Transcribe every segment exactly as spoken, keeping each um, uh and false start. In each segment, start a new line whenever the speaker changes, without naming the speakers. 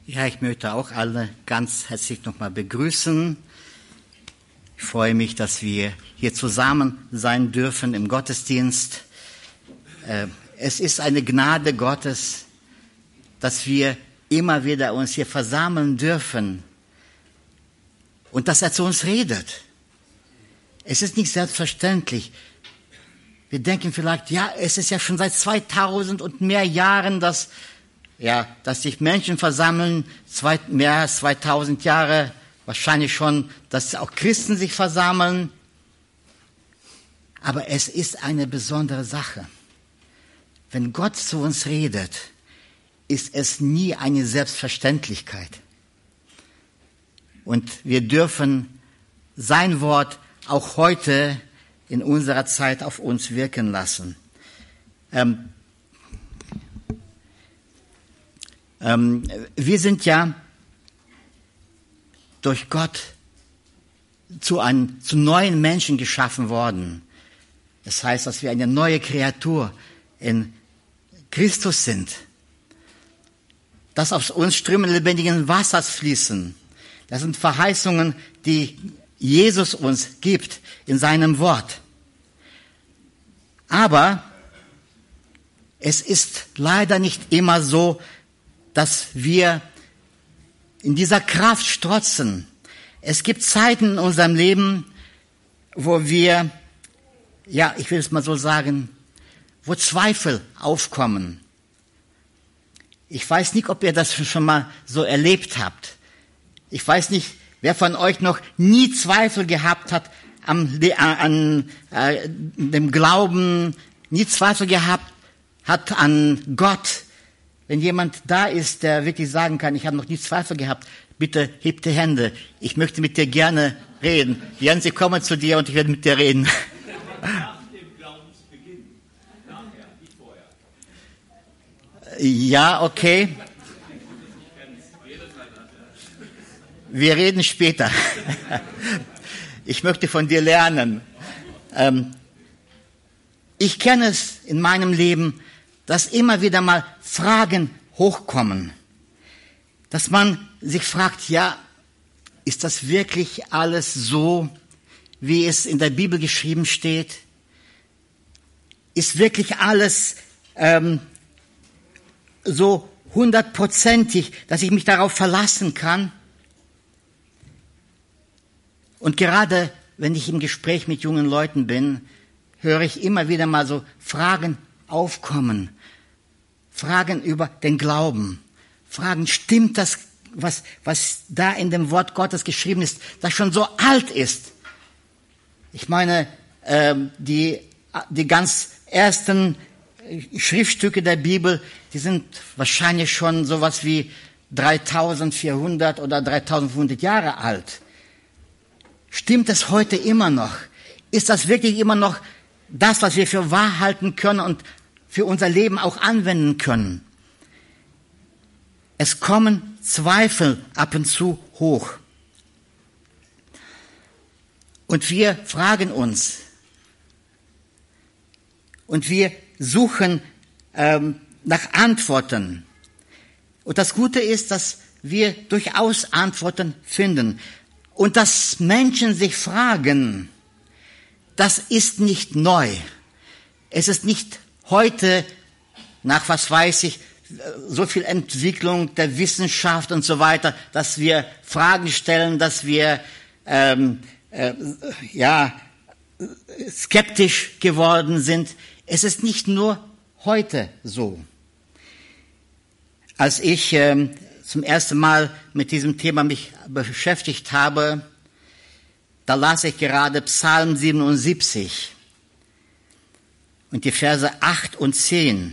Ja, ich möchte auch alle ganz herzlich nochmal begrüßen. Ich freue mich, dass wir hier zusammen sein dürfen im Gottesdienst. Es ist eine Gnade Gottes, dass wir immer wieder uns hier versammeln dürfen und dass er zu uns redet. Es ist nicht selbstverständlich. Wir denken vielleicht, ja, es ist ja schon seit zweitausend und mehr Jahren, dass, ja, dass sich Menschen versammeln, zwei, mehr als zweitausend Jahre, wahrscheinlich schon, dass auch Christen sich versammeln. Aber es ist eine besondere Sache. Wenn Gott zu uns redet, ist es nie eine Selbstverständlichkeit. Und wir dürfen sein Wort auch heute in unserer Zeit auf uns wirken lassen. Ähm, ähm, wir sind ja durch Gott zu, ein, zu neuen Menschen geschaffen worden. Das heißt, dass wir eine neue Kreatur in Christus sind. Dass aus uns Ströme lebendigen Wassers fließen. Das sind Verheißungen, die Jesus uns gibt in seinem Wort. Aber es ist leider nicht immer so, dass wir in dieser Kraft strotzen. Es gibt Zeiten in unserem Leben, wo wir, ja, ich will es mal so sagen, wo Zweifel aufkommen. Ich weiß nicht, ob ihr das schon mal so erlebt habt. Ich weiß nicht, wer von euch noch nie Zweifel gehabt hat an, an, an äh, dem Glauben, nie Zweifel gehabt hat an Gott. Wenn jemand da ist, der wirklich sagen kann, ich habe noch nie Zweifel gehabt, bitte heb die Hände. Ich möchte mit dir gerne reden. Jens, ich komme zu dir und ich werde mit dir reden.
Nach dem Glaubensbeginn. Nachher, nicht vorher.
Ja, okay. Wir reden später. Ich möchte von dir lernen. Ähm, ich kenne es in meinem Leben, dass immer wieder mal Fragen hochkommen. Dass man sich fragt, ja, ist das wirklich alles so, wie es in der Bibel geschrieben steht? Ist wirklich alles ähm, so hundertprozentig, dass ich mich darauf verlassen kann? Und gerade wenn ich im Gespräch mit jungen Leuten bin, höre ich immer wieder mal so Fragen aufkommen. Fragen über den Glauben. Fragen, stimmt das, was, was da in dem Wort Gottes geschrieben ist, das schon so alt ist? Ich meine, äh, die, die ganz ersten Schriftstücke der Bibel, die sind wahrscheinlich schon sowas wie dreitausendvierhundert oder dreitausendfünfhundert Jahre alt. Stimmt es heute immer noch? Ist das wirklich immer noch das, was wir für wahr halten können und für unser Leben auch anwenden können? Es kommen Zweifel ab und zu hoch. Und wir fragen uns und wir suchen ähm, nach Antworten. Und das Gute ist, dass wir durchaus Antworten finden. Und dass Menschen sich fragen, das ist nicht neu. Es ist nicht heute, nach was weiß ich, so viel Entwicklung der Wissenschaft und so weiter, dass wir Fragen stellen, dass wir ähm, äh, ja skeptisch geworden sind. Es ist nicht nur heute so. Als ich ähm, zum ersten Mal mit diesem Thema mich beschäftigt habe, da las ich gerade Psalm siebenundsiebzig und die Verse acht und zehn.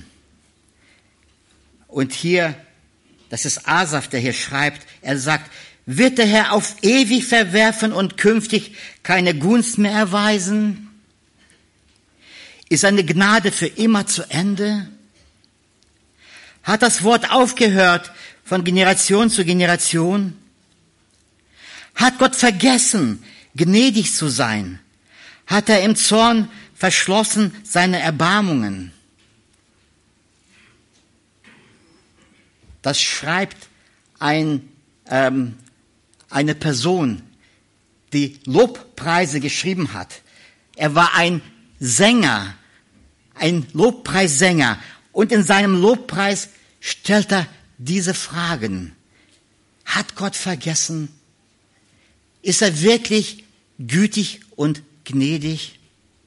Und hier, das ist Asaf, der hier schreibt, er sagt, wird der Herr auf ewig verwerfen und künftig keine Gunst mehr erweisen? Ist seine Gnade für immer zu Ende? Hat das Wort aufgehört von Generation zu Generation? Hat Gott vergessen, gnädig zu sein? Hat er im Zorn verschlossen seine Erbarmungen? Das schreibt ein, ähm, eine Person, die Lobpreise geschrieben hat. Er war ein Sänger, ein Lobpreissänger. Und in seinem Lobpreis stellt er diese Fragen. Hat Gott vergessen? Ist er wirklich gütig und gnädig?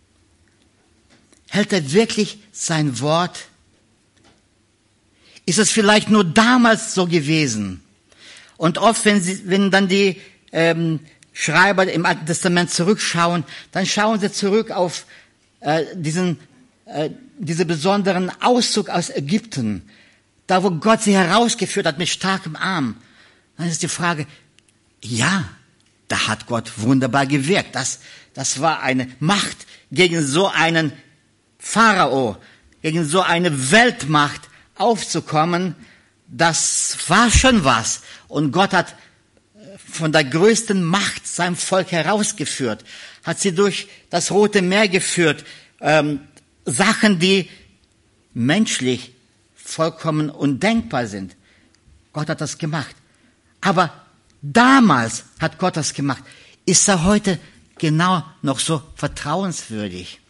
Hält er wirklich sein Wort? Ist es vielleicht nur damals so gewesen? Und oft, wenn, sie, wenn dann die ähm, Schreiber im Alten Testament zurückschauen, dann schauen sie zurück auf äh, diesen, äh, diese besonderen Auszug aus Ägypten, da wo Gott sie herausgeführt hat mit starkem Arm. Dann ist die Frage, ja, da hat Gott wunderbar gewirkt. Das, das war eine Macht gegen so einen Pharao, gegen so eine Weltmacht aufzukommen. Das war schon was. Und Gott hat von der größten Macht sein Volk herausgeführt, hat sie durch das Rote Meer geführt, ähm, Sachen, die menschlich vollkommen undenkbar sind. Gott hat das gemacht. Aber damals hat Gott das gemacht. Ist er heute genau noch so vertrauenswürdig?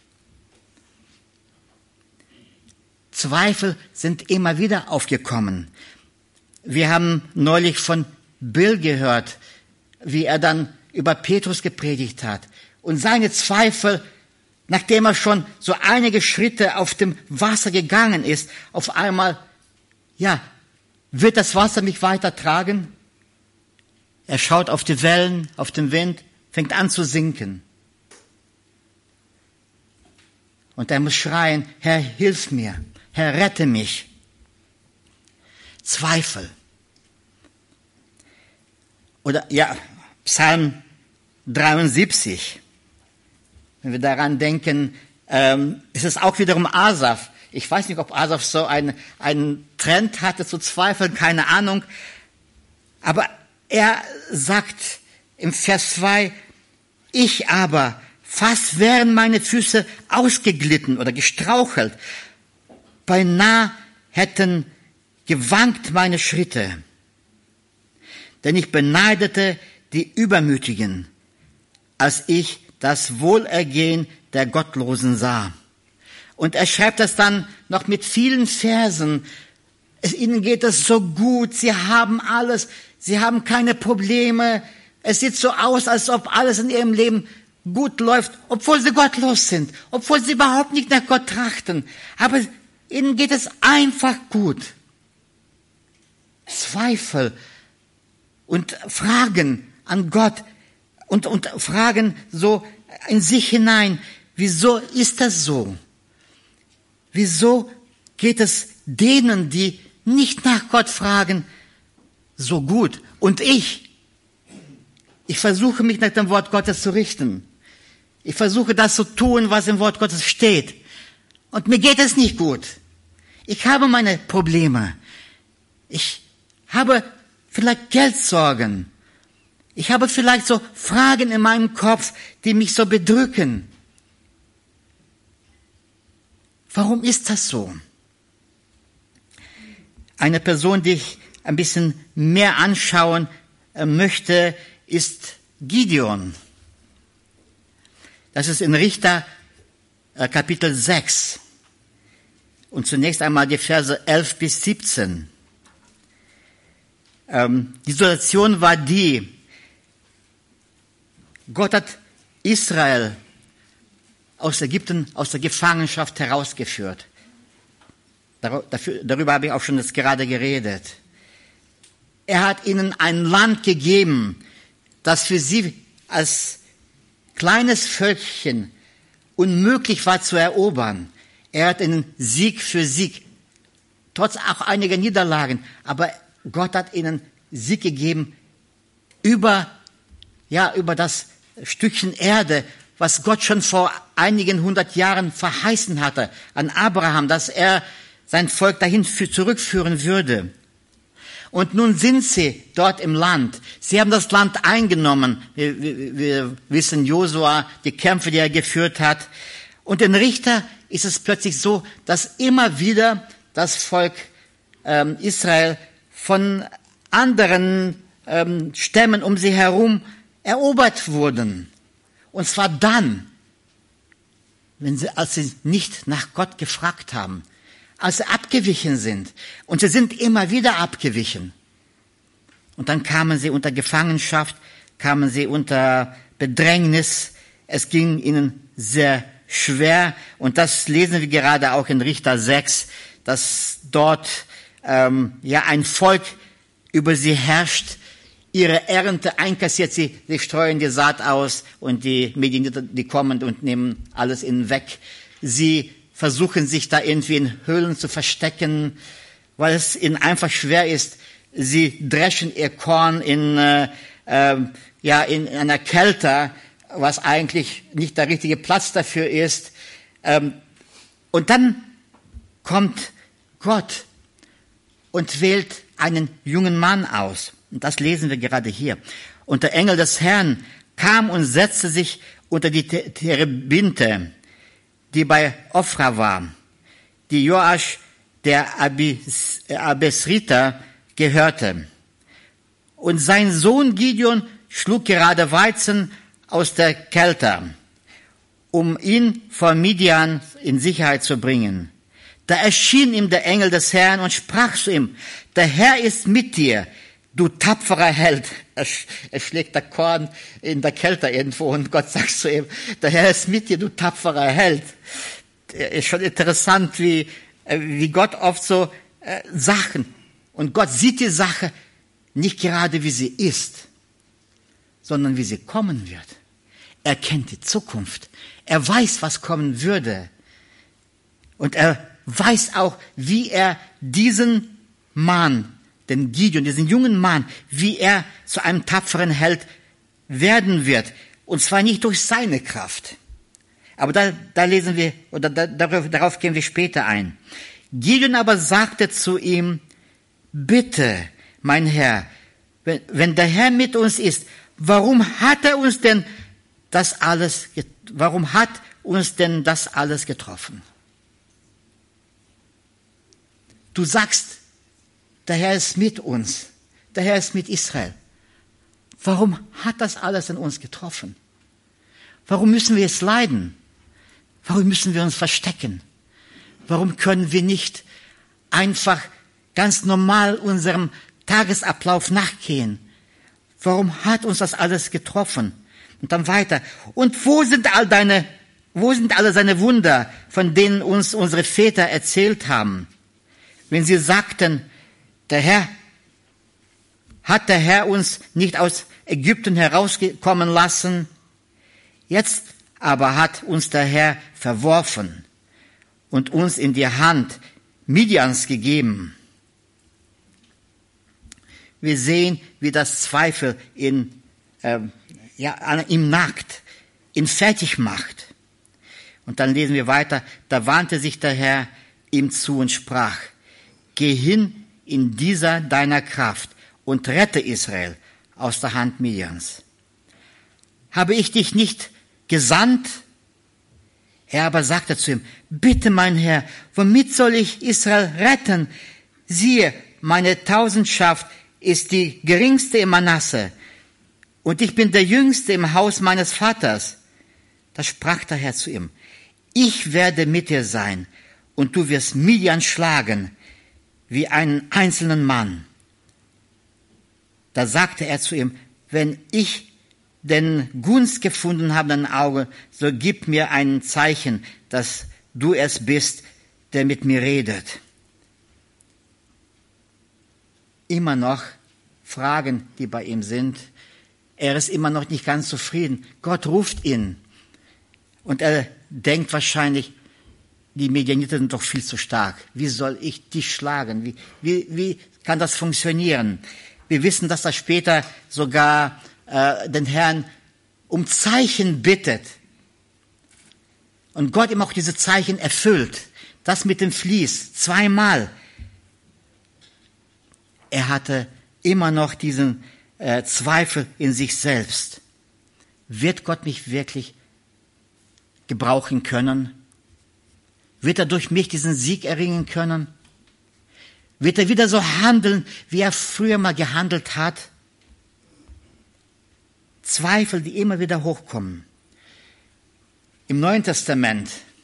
Zweifel sind immer wieder aufgekommen. Wir haben neulich von Bill gehört, wie er dann über Petrus gepredigt hat. Und seine Zweifel, nachdem er schon so einige Schritte auf dem Wasser gegangen ist, auf einmal, ja, wird das Wasser mich weiter tragen? Er schaut auf die Wellen, auf den Wind, fängt an zu sinken. Und er muss schreien, Herr, hilf mir, Herr, rette mich. Zweifel. Oder, ja, Psalm dreiundsiebzig. Wenn wir daran denken, ähm, ist es auch wiederum Asaf. Ich weiß nicht, ob Asaf so einen, einen Trend hatte zu zweifeln, keine Ahnung. Aber er sagt im Vers zwei, ich aber, fast wären meine Füße ausgeglitten oder gestrauchelt. Beinahe hätten gewankt meine Schritte. Denn ich beneidete die Übermütigen, als ich das Wohlergehen der Gottlosen sah. Und er schreibt das dann noch mit vielen Versen. Es, ihnen geht es so gut, sie haben alles, sie haben keine Probleme. Es sieht so aus, als ob alles in ihrem Leben gut läuft, obwohl sie gottlos sind, obwohl sie überhaupt nicht nach Gott trachten. Aber ihnen geht es einfach gut. Zweifel und Fragen an Gott und, und Fragen so in sich hinein. Wieso ist das so? Wieso geht es denen, die nicht nach Gott fragen, so gut? Und ich, ich versuche mich nach dem Wort Gottes zu richten. Ich versuche das zu tun, was im Wort Gottes steht. Und mir geht es nicht gut. Ich habe meine Probleme. Ich habe vielleicht Geldsorgen. Ich habe vielleicht so Fragen in meinem Kopf, die mich so bedrücken. Warum ist das so? Eine Person, die ich ein bisschen mehr anschauen möchte, ist Gideon. Das ist in Richter Kapitel sechs. Und zunächst einmal die Verse elf bis siebzehn. Ähm, die Situation war die, Gott hat Israel aus Ägypten, aus der Gefangenschaft herausgeführt. Dar- dafür, darüber habe ich auch schon jetzt gerade geredet. Er hat ihnen ein Land gegeben, das für sie als kleines Völkchen unmöglich war zu erobern. Er hat ihnen Sieg für Sieg, trotz auch einiger Niederlagen, aber Gott hat ihnen Sieg gegeben über, ja, über das Stückchen Erde, was Gott schon vor einigen hundert Jahren verheißen hatte an Abraham, dass er sein Volk dahin für, zurückführen würde. Und nun sind sie dort im Land. Sie haben das Land eingenommen. Wir, wir, wir wissen Josua, die Kämpfe, die er geführt hat. Und in Richter ist es plötzlich so, dass immer wieder das Volk ähm, Israel von anderen ähm, Stämmen um sie herum erobert wurden. Und zwar dann, wenn sie, als sie nicht nach Gott gefragt haben, als sie abgewichen sind. Und sie sind immer wieder abgewichen. Und dann kamen sie unter Gefangenschaft, kamen sie unter Bedrängnis. Es ging ihnen sehr schwer. Und das lesen wir gerade auch in Richter sechs, dass dort ähm, ja ein Volk über sie herrscht, ihre Ernte einkassiert, sie, sie streuen die Saat aus und die Midianiter, die kommen und nehmen alles ihnen weg. Sie versuchen sich da irgendwie in Höhlen zu verstecken, weil es ihnen einfach schwer ist. Sie dreschen ihr Korn in, äh, äh, ja, in einer Kälte, was eigentlich nicht der richtige Platz dafür ist. Ähm, und dann kommt Gott und wählt einen jungen Mann aus. Und das lesen wir gerade hier. Und der Engel des Herrn kam und setzte sich unter die Terebinte, die bei Ophra war, die Joasch, der Abis, Abesriter, gehörte. Und sein Sohn Gideon schlug gerade Weizen aus der Kelter, um ihn vor Midian in Sicherheit zu bringen. Da erschien ihm der Engel des Herrn und sprach zu ihm, der Herr ist mit dir, du tapferer Held. Er, er schlägt der Korn in der Kälte irgendwo und Gott sagt zu ihm, der Herr ist mit dir, du tapferer Held. Ist schon interessant, wie, wie Gott oft so äh, Sachen, und Gott sieht die Sache nicht gerade wie sie ist, sondern wie sie kommen wird. Er kennt die Zukunft. Er weiß, was kommen würde. Und er weiß auch, wie er diesen Mann, den Gideon, diesen jungen Mann, wie er zu einem tapferen Held werden wird. Und zwar nicht durch seine Kraft. Aber da, da lesen wir, oder da, darauf, darauf gehen wir später ein. Gideon aber sagte zu ihm, bitte, mein Herr, wenn, wenn der Herr mit uns ist, warum hat er uns denn das alles, warum hat uns denn das alles getroffen? Du sagst, der Herr ist mit uns, der Herr ist mit Israel. Warum hat das alles an uns getroffen? Warum müssen wir jetzt leiden? Warum müssen wir uns verstecken? Warum können wir nicht einfach ganz normal unserem Tagesablauf nachgehen? Warum hat uns das alles getroffen? Und dann weiter. Und wo sind all deine, wo sind alle seine Wunder, von denen uns unsere Väter erzählt haben? Wenn sie sagten, der Herr, hat der Herr uns nicht aus Ägypten herauskommen lassen? Jetzt aber hat uns der Herr verworfen und uns in die Hand Midians gegeben. Wir sehen, wie das Zweifel ihn, äh, ja, an ihm nagt, ihn fertig macht. Und dann lesen wir weiter, da wandte sich der Herr ihm zu und sprach, geh hin in dieser deiner Kraft und rette Israel aus der Hand Midians. Habe ich dich nicht gesandt? Er aber sagte zu ihm, bitte mein Herr, womit soll ich Israel retten? Siehe, meine Tausendschaft ist die geringste im Manasse, und ich bin der Jüngste im Haus meines Vaters. Da sprach der Herr zu ihm, ich werde mit dir sein, und du wirst Midian schlagen, wie einen einzelnen Mann. Da sagte er zu ihm, wenn ich denn Gunst gefunden habe in deinen Augen, so gib mir ein Zeichen, dass du es bist, der mit mir redet. Immer noch Fragen, die bei ihm sind. Er ist immer noch nicht ganz zufrieden. Gott ruft ihn. Und er denkt wahrscheinlich, die Midianiter sind doch viel zu stark. Wie soll ich dich schlagen? Wie, wie, wie kann das funktionieren? Wir wissen, dass er später sogar äh, den Herrn um Zeichen bittet. Und Gott ihm auch diese Zeichen erfüllt. Das mit dem Vlies, zweimal. Er hatte immer noch diesen äh, Zweifel in sich selbst. Wird Gott mich wirklich gebrauchen können? Wird er durch mich diesen Sieg erringen können? Wird er wieder so handeln, wie er früher mal gehandelt hat? Zweifel, die immer wieder hochkommen. Im Neuen Testament,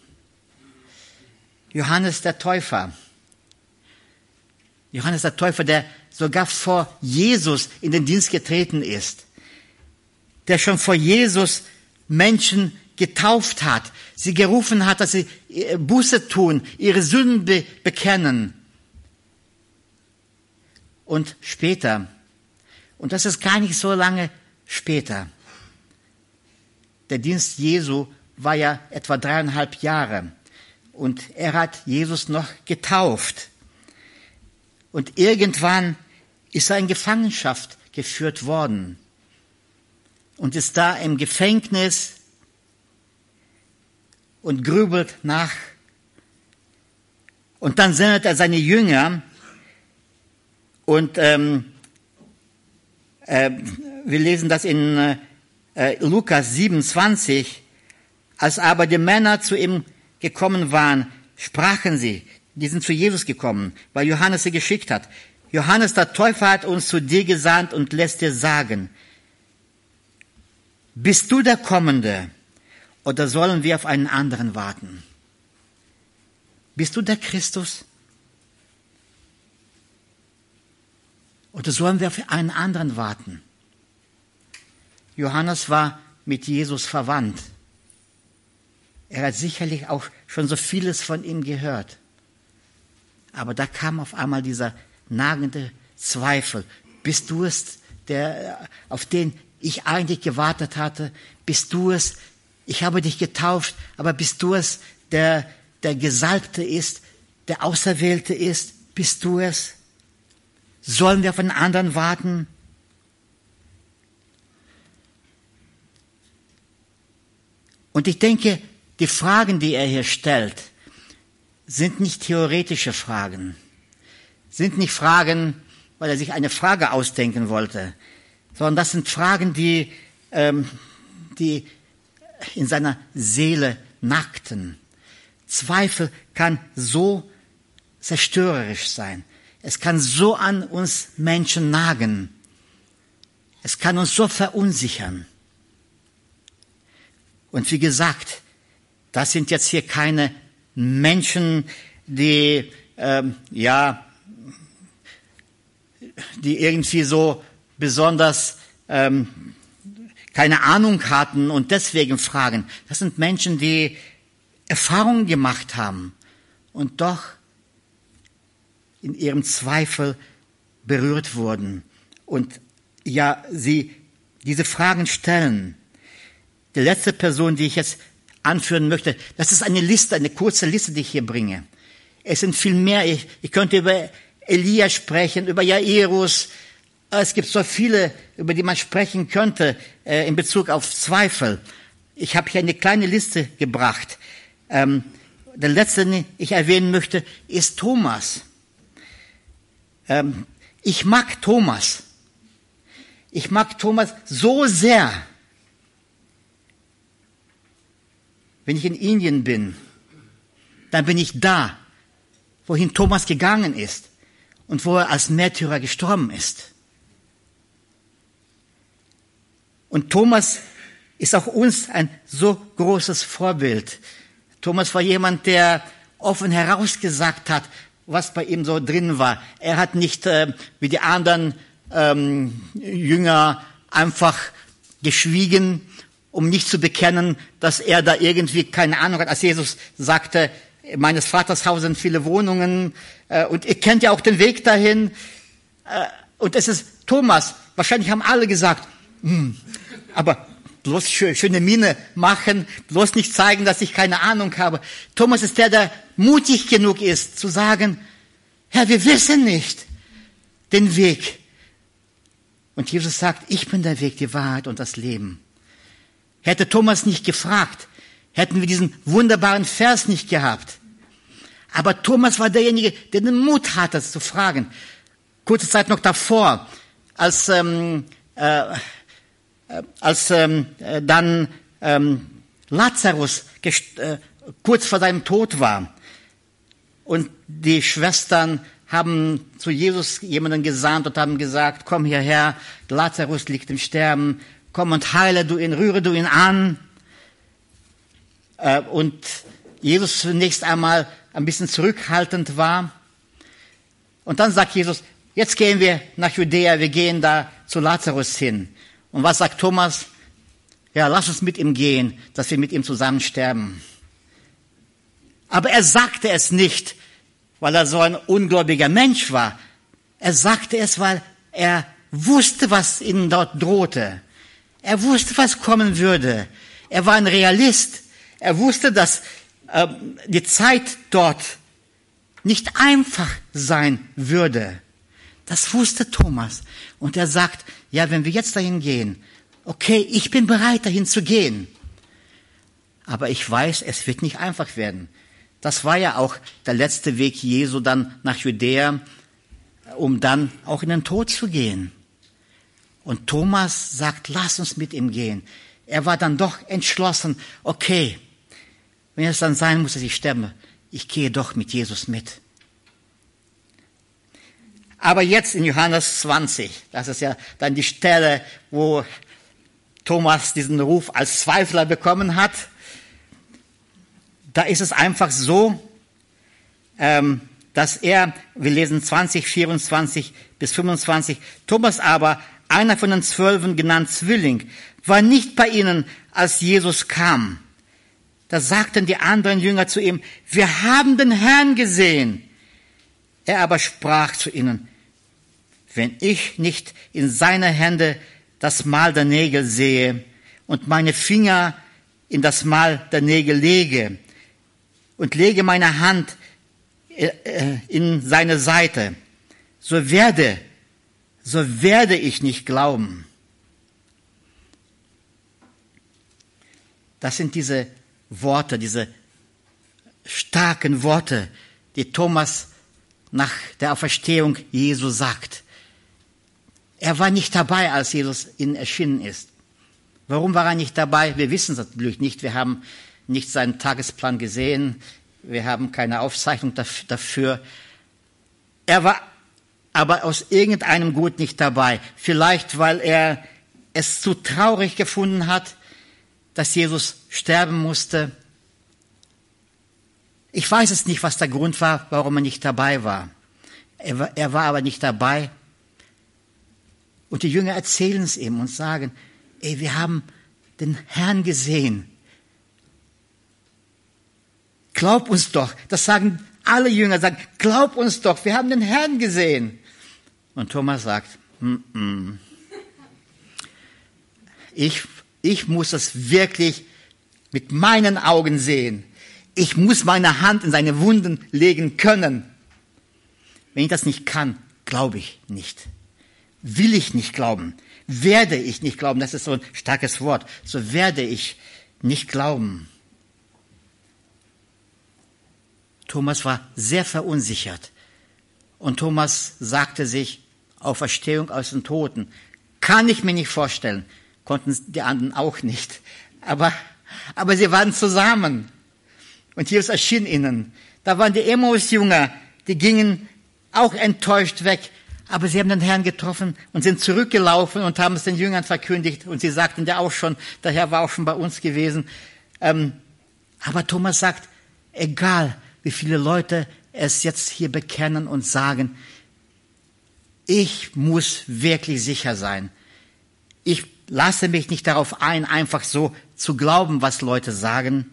Johannes der Täufer. Johannes der Täufer, der sogar vor Jesus in den Dienst getreten ist. Der schon vor Jesus Menschen getauft hat. Sie gerufen hat, dass sie Buße tun, ihre Sünden be- bekennen. Und später, und das ist gar nicht so lange später, der Dienst Jesu war ja etwa dreieinhalb Jahre und er hat Jesus noch getauft. Und irgendwann ist er in Gefangenschaft geführt worden und ist da im Gefängnis und grübelt nach. Und dann sendet er seine Jünger und ähm, äh, wir lesen das in äh, Lukas siebenundzwanzig. Als aber die Männer zu ihm gekommen waren, sprachen sie, die sind zu Jesus gekommen, weil Johannes sie geschickt hat. Johannes der Täufer hat uns zu dir gesandt und lässt dir sagen, bist du der Kommende oder sollen wir auf einen anderen warten? Bist du der Christus? Oder sollen wir auf einen anderen warten? Johannes war mit Jesus verwandt. Er hat sicherlich auch schon so vieles von ihm gehört. Aber da kam auf einmal dieser nagende Zweifel. Bist du es, der, auf den ich eigentlich gewartet hatte? Bist du es? Ich habe dich getauft, aber bist du es, der, der Gesalbte ist, der Auserwählte ist? Bist du es? Sollen wir auf einen anderen warten? Und ich denke, die Fragen, die er hier stellt, sind nicht theoretische Fragen, sind nicht Fragen, weil er sich eine Frage ausdenken wollte, sondern das sind Fragen, die, ähm, die in seiner Seele nackten. Zweifel kann so zerstörerisch sein. Es kann so an uns Menschen nagen. Es kann uns so verunsichern. Und wie gesagt, das sind jetzt hier keine Menschen, die, ähm, ja, die irgendwie so besonders ähm, keine Ahnung hatten und deswegen fragen. Das sind Menschen, die Erfahrungen gemacht haben und doch in ihrem Zweifel berührt wurden und ja, sie diese Fragen stellen. Die letzte Person, die ich jetzt anführen möchte, das ist eine Liste, eine kurze Liste, die ich hier bringe. Es sind viel mehr. Ich, ich könnte über Elia sprechen, über Jairus. Es gibt so viele, über die man sprechen könnte äh, in Bezug auf Zweifel. Ich habe hier eine kleine Liste gebracht. Ähm, der letzte, den ich erwähnen möchte, ist Thomas. Ähm, ich mag Thomas. Ich mag Thomas so sehr. Wenn ich in Indien bin, dann bin ich da, wohin Thomas gegangen ist und wo er als Märtyrer gestorben ist. Und Thomas ist auch uns ein so großes Vorbild. Thomas war jemand, der offen herausgesagt hat, was bei ihm so drin war. Er hat nicht äh, wie die anderen ähm, Jünger einfach geschwiegen, um nicht zu bekennen, dass er da irgendwie keine Ahnung hat. Als Jesus sagte, meines Vaters Haus sind viele Wohnungen äh, und ihr kennt ja auch den Weg dahin. Äh, und es ist Thomas. Wahrscheinlich haben alle gesagt, hm, aber bloß schöne Miene machen, bloß nicht zeigen, dass ich keine Ahnung habe. Thomas ist der, der mutig genug ist, zu sagen, Herr, wir wissen nicht den Weg. Und Jesus sagt, ich bin der Weg, die Wahrheit und das Leben. Hätte Thomas nicht gefragt, hätten wir diesen wunderbaren Vers nicht gehabt. Aber Thomas war derjenige, der den Mut hatte, zu fragen. Kurze Zeit noch davor, als, ähm, äh, als ähm, dann ähm, Lazarus gest- äh, kurz vor seinem Tod war und die Schwestern haben zu Jesus jemanden gesandt und haben gesagt, komm hierher, Lazarus liegt im Sterben, komm und heile du ihn, rühre du ihn an. Und Jesus zunächst einmal ein bisschen zurückhaltend war. Und dann sagt Jesus, jetzt gehen wir nach Judäa, wir gehen da zu Lazarus hin. Und was sagt Thomas? Ja, lass uns mit ihm gehen, dass wir mit ihm zusammen sterben. Aber er sagte es nicht, weil er so ein ungläubiger Mensch war. Er sagte es, weil er wusste, was ihnen dort drohte. Er wusste, was kommen würde. Er war ein Realist. Er wusste, dass äh, die Zeit dort nicht einfach sein würde. Das wusste Thomas. Und er sagt, ja, wenn wir jetzt dahin gehen, okay, ich bin bereit, dahin zu gehen. Aber ich weiß, es wird nicht einfach werden. Das war ja auch der letzte Weg Jesu dann nach Judäa, um dann auch in den Tod zu gehen. Und Thomas sagt, lass uns mit ihm gehen. Er war dann doch entschlossen, okay, wenn es dann sein muss, dass ich sterbe, ich gehe doch mit Jesus mit. Aber jetzt in Johannes zwanzig, das ist ja dann die Stelle, wo Thomas diesen Ruf als Zweifler bekommen hat. Da ist es einfach so, dass er, wir lesen zwanzig, vierundzwanzig bis fünfundzwanzig, Thomas aber, einer von den Zwölfen, genannt Zwilling, war nicht bei ihnen, als Jesus kam. Da sagten die anderen Jünger zu ihm, wir haben den Herrn gesehen. Er aber sprach zu ihnen, wenn ich nicht in seine Hände das Mal der Nägel sehe und meine Finger in das Mal der Nägel lege und lege meine Hand in seine Seite, so werde, so werde ich nicht glauben. Das sind diese Worte, diese starken Worte, die Thomas nach der Auferstehung Jesu sagt. Er war nicht dabei, als Jesus ihnen erschienen ist. Warum war er nicht dabei? Wir wissen es natürlich nicht. Wir haben nicht seinen Tagesplan gesehen. Wir haben keine Aufzeichnung dafür. Er war aber aus irgendeinem Grund nicht dabei. Vielleicht, weil er es zu traurig gefunden hat, dass Jesus sterben musste. Ich weiß es nicht, was der Grund war, warum er nicht dabei war. Er war, er war aber nicht dabei. Und die Jünger erzählen es ihm und sagen, ey, wir haben den Herrn gesehen. Glaub uns doch. Das sagen alle Jünger, sagen, glaub uns doch, wir haben den Herrn gesehen. Und Thomas sagt, mm-mm. ich, ich muss es wirklich mit meinen Augen sehen. Ich muss meine Hand in seine Wunden legen können. Wenn ich das nicht kann, glaube ich nicht. Will ich nicht glauben. Werde ich nicht glauben. Das ist so ein starkes Wort. So werde ich nicht glauben. Thomas war sehr verunsichert. Und Thomas sagte sich, Auferstehung aus den Toten, kann ich mir nicht vorstellen. Konnten die anderen auch nicht. Aber, aber sie waren zusammen. Und Jesus erschien ihnen. Da waren die Emmaus-Jünger, die gingen auch enttäuscht weg. Aber sie haben den Herrn getroffen und sind zurückgelaufen und haben es den Jüngern verkündigt. Und sie sagten ja auch schon, der Herr war auch schon bei uns gewesen. Ähm, aber Thomas sagt, egal wie viele Leute es jetzt hier bekennen und sagen, ich muss wirklich sicher sein. Ich lasse mich nicht darauf ein, einfach so zu glauben, was Leute sagen.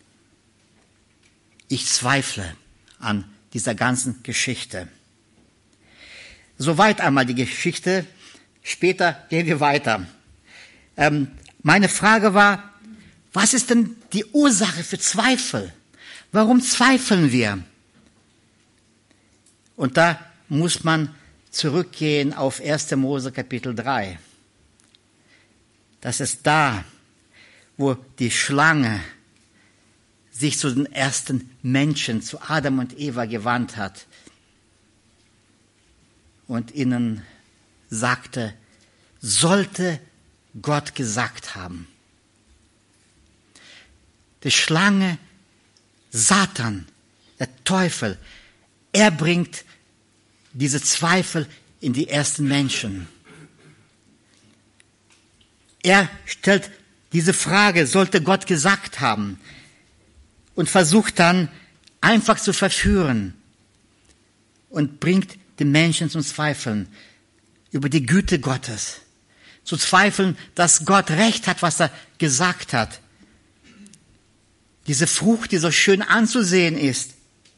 Ich zweifle an dieser ganzen Geschichte. Soweit einmal die Geschichte. Später gehen wir weiter. Ähm, meine Frage war, was ist denn die Ursache für Zweifel? Warum zweifeln wir? Und da muss man zurückgehen auf erster Mose Kapitel drei. Das ist da, wo die Schlange sich zu den ersten Menschen, zu Adam und Eva gewandt hat und ihnen sagte, sollte Gott gesagt haben. Die Schlange, Satan, der Teufel, er bringt diese Zweifel in die ersten Menschen. Er stellt diese Frage, sollte Gott gesagt haben, und versucht dann einfach zu verführen und bringt die Menschen zum Zweifeln über die Güte Gottes, zu zweifeln, dass Gott recht hat, was er gesagt hat. Diese Frucht, die so schön anzusehen ist,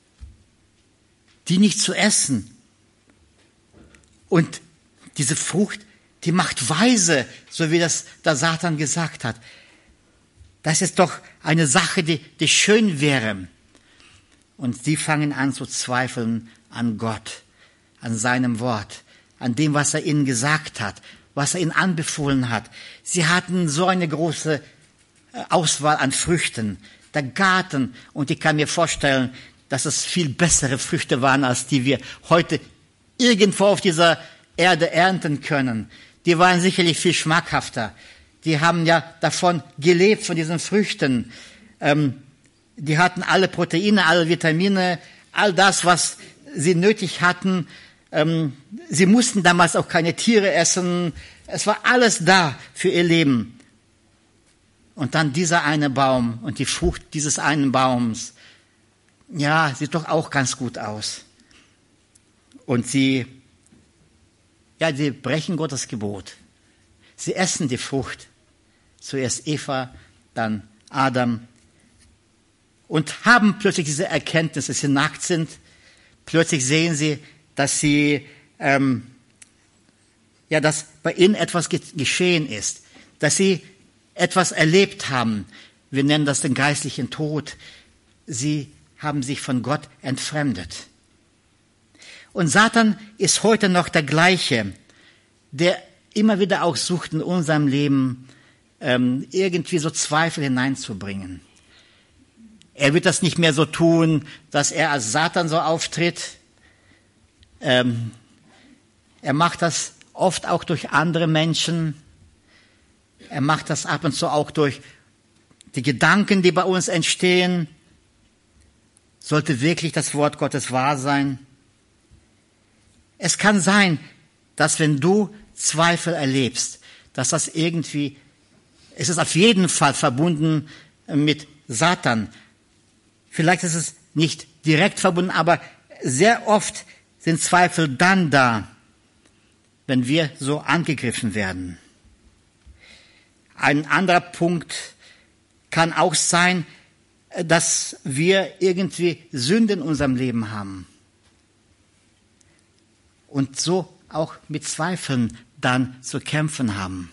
die nicht zu essen. Und diese Frucht, die macht weise, so wie das der Satan gesagt hat. Das ist doch eine Sache, die, die schön wäre. Und sie fangen an zu zweifeln an Gott, an seinem Wort, an dem, was er ihnen gesagt hat, was er ihnen anbefohlen hat. Sie hatten so eine große Auswahl an Früchten, der Garten, und ich kann mir vorstellen, dass es viel bessere Früchte waren, als die wir heute irgendwo auf dieser Erde ernten können. Die waren sicherlich viel schmackhafter. Die haben ja davon gelebt, von diesen Früchten. Ähm, die hatten alle Proteine, alle Vitamine, all das, was sie nötig hatten. Ähm, sie mussten damals auch keine Tiere essen. Es war alles da für ihr Leben. Und dann dieser eine Baum und die Frucht dieses einen Baums. Ja, sieht doch auch ganz gut aus. Und sie, ja, sie brechen Gottes Gebot. Sie essen die Frucht. Zuerst Eva, dann Adam. Und haben plötzlich diese Erkenntnis, dass sie nackt sind. Plötzlich sehen sie, dass sie, ähm, ja, dass bei ihnen etwas ge- geschehen ist. Dass sie etwas erlebt haben. Wir nennen das den geistlichen Tod. Sie haben sich von Gott entfremdet. Und Satan ist heute noch der gleiche, der immer wieder auch sucht, in unserem Leben ähm, irgendwie so Zweifel hineinzubringen. Er wird das nicht mehr so tun, dass er als Satan so auftritt. Ähm, er macht das oft auch durch andere Menschen. Er macht das ab und zu auch durch die Gedanken, die bei uns entstehen. Sollte wirklich das Wort Gottes wahr sein? Es kann sein, dass wenn du Zweifel erlebst, dass das irgendwie, es ist auf jeden Fall verbunden mit Satan. Vielleicht ist es nicht direkt verbunden, aber sehr oft sind Zweifel dann da, wenn wir so angegriffen werden. Ein anderer Punkt kann auch sein, dass wir irgendwie Sünde in unserem Leben haben. Und so auch mit Zweifeln dann zu kämpfen haben.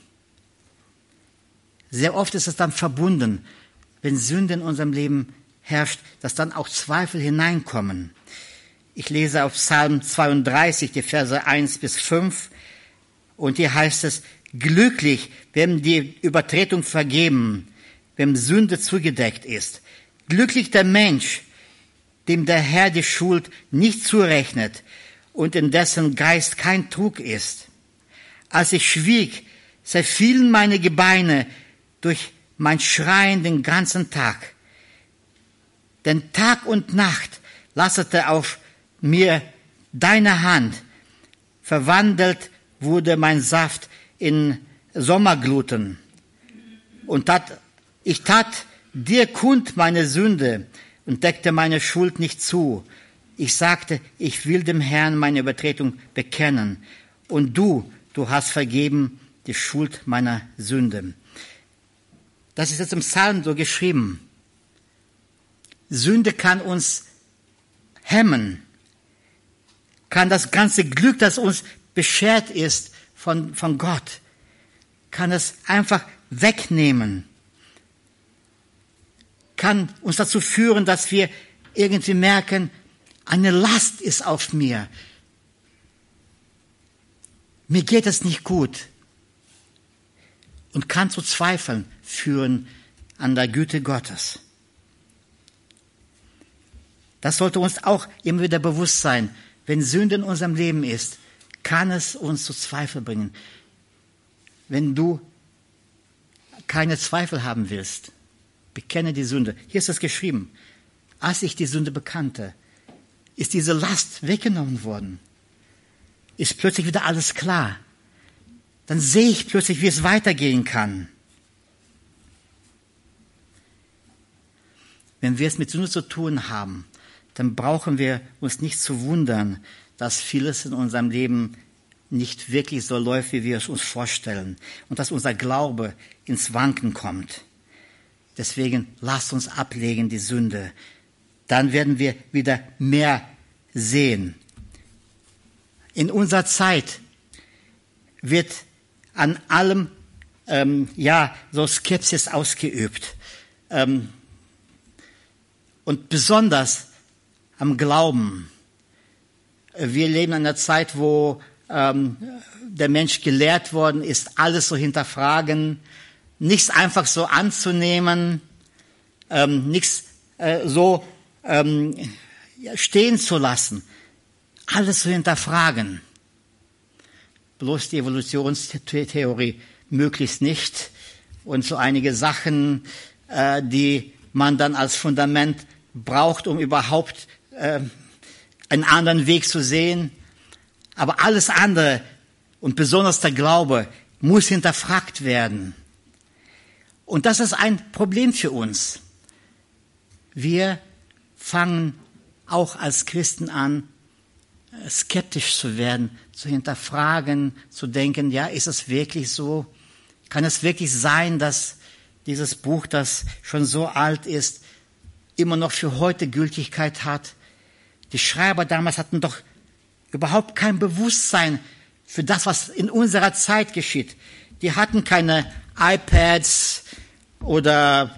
Sehr oft ist es dann verbunden, wenn Sünde in unserem Leben herrscht, dass dann auch Zweifel hineinkommen. Ich lese auf Psalm zweiunddreißig, die Verse eins bis fünf, und hier heißt es: Glücklich, wem die Übertretung vergeben, wem Sünde zugedeckt ist. Glücklich der Mensch, dem der Herr die Schuld nicht zurechnet und in dessen Geist kein Trug ist. Als ich schwieg, zerfielen meine Gebeine durch mein Schreien den ganzen Tag. Denn Tag und Nacht lastete auf mir deine Hand. Verwandelt wurde mein Saft in Sommergluten. Und tat, ich tat dir kund meine Sünde und deckte meine Schuld nicht zu. Ich sagte, ich will dem Herrn meine Übertretung bekennen. Und du, du hast vergeben die Schuld meiner Sünde. Das ist jetzt im Psalm so geschrieben. Sünde kann uns hemmen, kann das ganze Glück, das uns beschert ist von, von Gott, kann es einfach wegnehmen, kann uns dazu führen, dass wir irgendwie merken, eine Last ist auf mir. Mir geht es nicht gut. Und kann zu Zweifeln führen an der Güte Gottes. Das sollte uns auch immer wieder bewusst sein. Wenn Sünde in unserem Leben ist, kann es uns zu Zweifel bringen. Wenn du keine Zweifel haben willst, bekenne die Sünde. Hier ist es geschrieben. Als ich die Sünde bekannte, ist diese Last weggenommen worden. ist plötzlich wieder alles klar. Dann sehe ich plötzlich, wie es weitergehen kann. Wenn wir es mit Sünde zu tun haben, dann brauchen wir uns nicht zu wundern, dass vieles in unserem Leben nicht wirklich so läuft, wie wir es uns vorstellen und dass unser Glaube ins Wanken kommt. Deswegen lasst uns ablegen die Sünde. Dann werden wir wieder mehr sehen. In unserer Zeit wird an allem ähm, ja so Skepsis ausgeübt. Ähm, und besonders am Glauben. Wir leben in einer Zeit, wo ähm, der Mensch gelehrt worden ist, alles so hinterfragen, nichts einfach so anzunehmen, ähm, nichts äh, so ähm, stehen zu lassen, alles zu hinterfragen. Bloß die Evolutionstheorie möglichst nicht und so einige Sachen, äh, die man dann als Fundament braucht, um überhaupt äh, einen anderen Weg zu sehen. Aber alles andere und besonders der Glaube muss hinterfragt werden. Und das ist ein Problem für uns. Wir fangen auch als Christen an, skeptisch zu werden, zu hinterfragen, zu denken, ja, ist es wirklich so? Kann es wirklich sein, dass dieses Buch, das schon so alt ist, immer noch für heute Gültigkeit hat? Die Schreiber damals hatten doch überhaupt kein Bewusstsein für das, was in unserer Zeit geschieht. Die hatten keine iPads oder,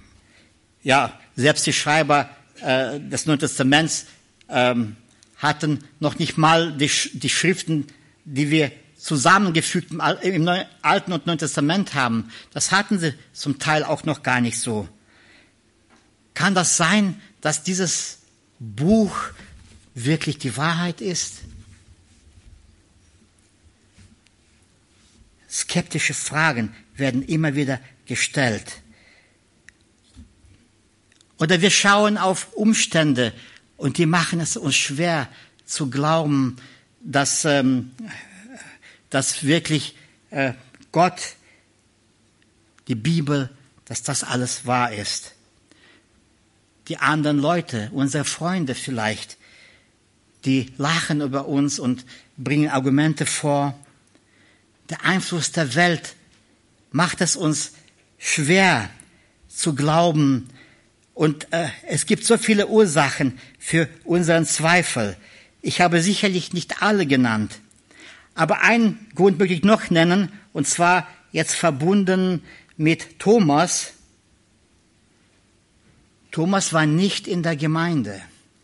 ja, selbst die Schreiber äh, des Neuen Testaments ähm, hatten noch nicht mal die, die Schriften, die wir zusammengefügt im, im Neuen, Alten und Neuen Testament haben. Das hatten sie zum Teil auch noch gar nicht so. Kann das sein, dass dieses Buch wirklich die Wahrheit ist? Skeptische Fragen werden immer wieder gestellt. Oder wir schauen auf Umstände und die machen es uns schwer zu glauben, dass, ähm, dass wirklich äh, Gott, die Bibel, dass das alles wahr ist. Die anderen Leute, unsere Freunde vielleicht, die lachen über uns und bringen Argumente vor. Der Einfluss der Welt macht es uns schwer zu glauben. Und äh, es gibt so viele Ursachen für unseren Zweifel. Ich habe sicherlich nicht alle genannt. Aber einen Grund möchte ich noch nennen, und zwar jetzt verbunden mit Thomas. Thomas war nicht in der Gemeinde.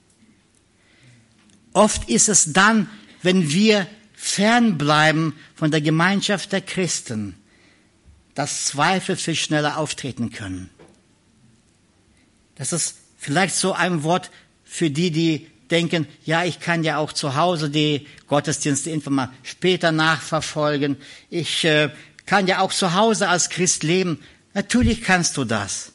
Oft ist es dann, wenn wir fernbleiben von der Gemeinschaft der Christen, dass Zweifel viel schneller auftreten können. Das ist vielleicht so ein Wort für die, die denken, ja, ich kann ja auch zu Hause die Gottesdienste einfach mal später nachverfolgen. Ich äh, kann ja auch zu Hause als Christ leben. Natürlich kannst du das.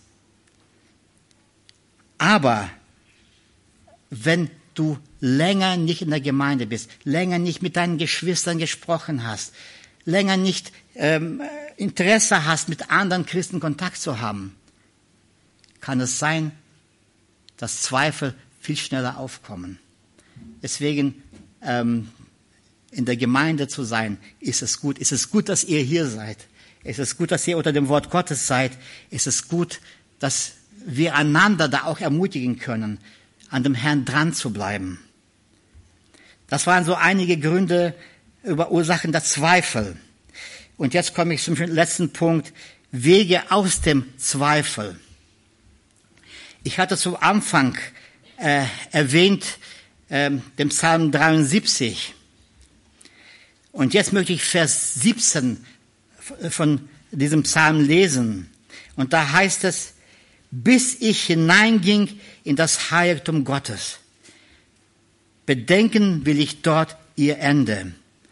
Aber wenn du länger nicht in der Gemeinde bist, länger nicht mit deinen Geschwistern gesprochen hast, länger nicht ähm, Interesse hast, mit anderen Christen Kontakt zu haben, kann es sein, dass Zweifel viel schneller aufkommen. Deswegen ähm, in der Gemeinde zu sein, ist es gut. Ist es gut, dass ihr hier seid. Ist es gut, dass ihr unter dem Wort Gottes seid. Ist es gut, dass wir einander da auch ermutigen können, an dem Herrn dran zu bleiben. Das waren so einige Gründe über Ursachen der Zweifel. Und jetzt komme ich zum letzten Punkt, Wege aus dem Zweifel. Ich hatte zum Anfang äh, erwähnt, äh, den Psalm dreiundsiebzig. Und jetzt möchte ich Vers siebzehn von diesem Psalm lesen. Und da heißt es, bis ich hineinging in das Heiligtum Gottes. Bedenken will ich dort ihr Ende.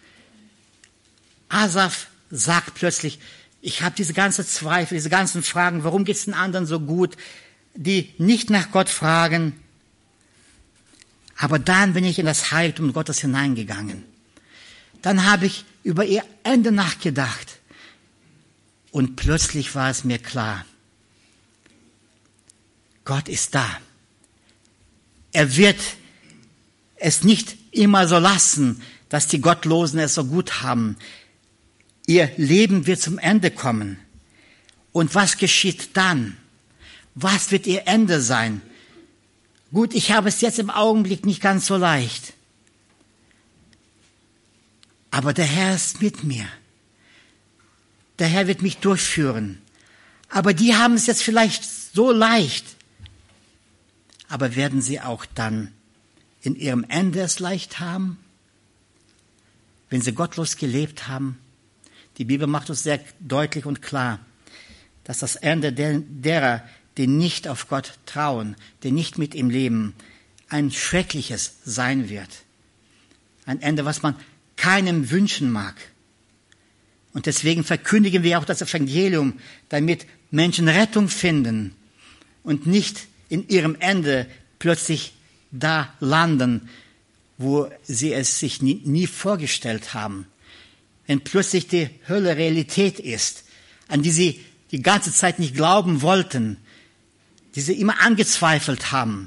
Asaf sagt plötzlich, ich habe diese ganzen Zweifel, diese ganzen Fragen, warum geht es den anderen so gut, die nicht nach Gott fragen. Aber dann bin ich in das Heiligtum Gottes hineingegangen. Dann habe ich über ihr Ende nachgedacht. Und plötzlich war es mir klar, Gott ist da. Er wird es nicht immer so lassen, dass die Gottlosen es so gut haben. Ihr Leben wird zum Ende kommen. Und was geschieht dann? Was wird ihr Ende sein? Gut, ich habe es jetzt im Augenblick nicht ganz so leicht. Aber der Herr ist mit mir. Der Herr wird mich durchführen. Aber die haben es jetzt vielleicht so leicht. Aber werden sie auch dann in ihrem Ende es leicht haben? Wenn sie gottlos gelebt haben? Die Bibel macht uns sehr deutlich und klar, dass das Ende derer, die nicht auf Gott trauen, die nicht mit ihm leben, ein schreckliches sein wird. Ein Ende, was man keinem wünschen mag. Und deswegen verkündigen wir auch das Evangelium, damit Menschen Rettung finden und nicht in ihrem Ende plötzlich da landen, wo sie es sich nie, nie vorgestellt haben. Wenn plötzlich die Hölle Realität ist, an die sie die ganze Zeit nicht glauben wollten, die sie immer angezweifelt haben.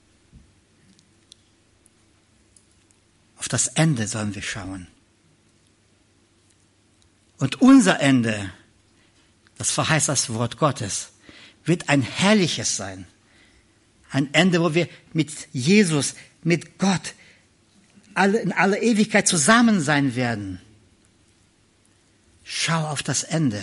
Auf das Ende sollen wir schauen. Und unser Ende, das verheißt das Wort Gottes, wird ein herrliches sein. Ein Ende, wo wir mit Jesus, mit Gott alle, in aller Ewigkeit zusammen sein werden. Schau auf das Ende.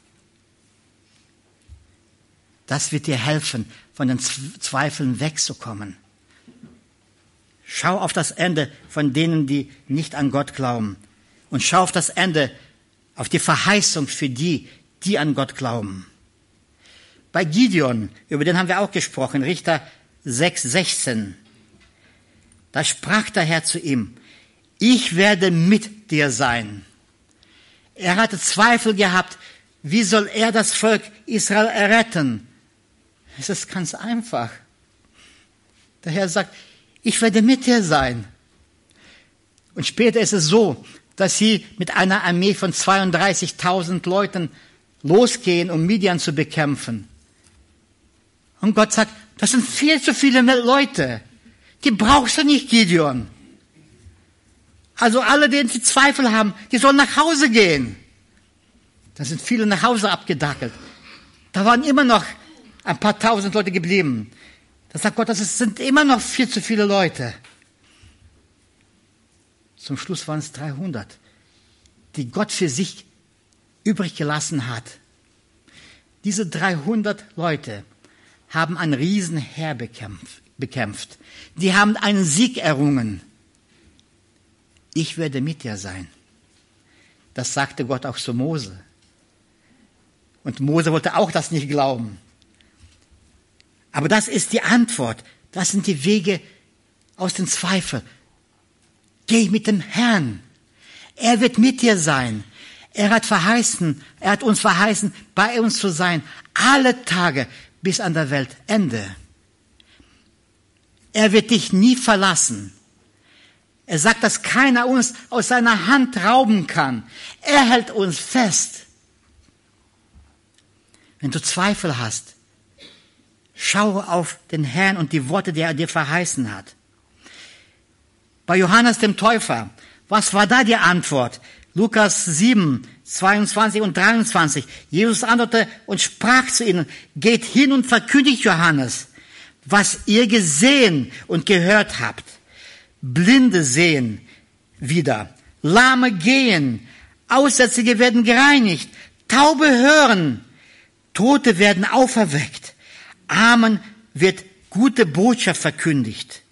Das wird dir helfen, von den Zweifeln wegzukommen. Schau auf das Ende von denen, die nicht an Gott glauben. Und schau auf das Ende, auf die Verheißung für die, die an Gott glauben. Bei Gideon, über den haben wir auch gesprochen, Richter sechs, sechzehn. Da sprach der Herr zu ihm, ich werde mit dir sein. Er hatte Zweifel gehabt, wie soll er das Volk Israel erretten? Es ist ganz einfach. Der Herr sagt, ich werde mit dir sein. Und später ist es so, dass sie mit einer Armee von zweiunddreißigtausend Leuten losgehen, um Midian zu bekämpfen. Und Gott sagt, das sind viel zu viele Leute. Die brauchst du nicht, Gideon. Also alle, denen sie Zweifel haben, die sollen nach Hause gehen. Da sind viele nach Hause abgedackelt. Da waren immer noch ein paar tausend Leute geblieben. Da sagt Gott, das sind immer noch viel zu viele Leute. Zum Schluss waren es dreihundert, die Gott für sich übrig gelassen hat. Diese dreihundert Leute haben ein Riesenheer bekämpft, bekämpft. Die haben einen Sieg errungen. Ich werde mit dir sein. Das sagte Gott auch zu Mose. Und Mose wollte auch das nicht glauben. Aber das ist die Antwort. Das sind die Wege aus den Zweifeln. Geh mit dem Herrn. Er wird mit dir sein. Er hat verheißen, er hat uns verheißen, bei uns zu sein. Alle Tage bis an der Weltende. Er wird dich nie verlassen. Er sagt, dass keiner uns aus seiner Hand rauben kann. Er hält uns fest. Wenn du Zweifel hast, schaue auf den Herrn und die Worte, die er dir verheißen hat. Bei Johannes dem Täufer, was war da die Antwort? Lukas sieben, zweiundzwanzig und dreiundzwanzig. Jesus antwortete und sprach zu ihnen, geht hin und verkündigt Johannes, was ihr gesehen und gehört habt. Blinde sehen wieder, Lahme gehen, Aussätzige werden gereinigt, Taube hören, Tote werden auferweckt, Armen wird gute Botschaft verkündigt.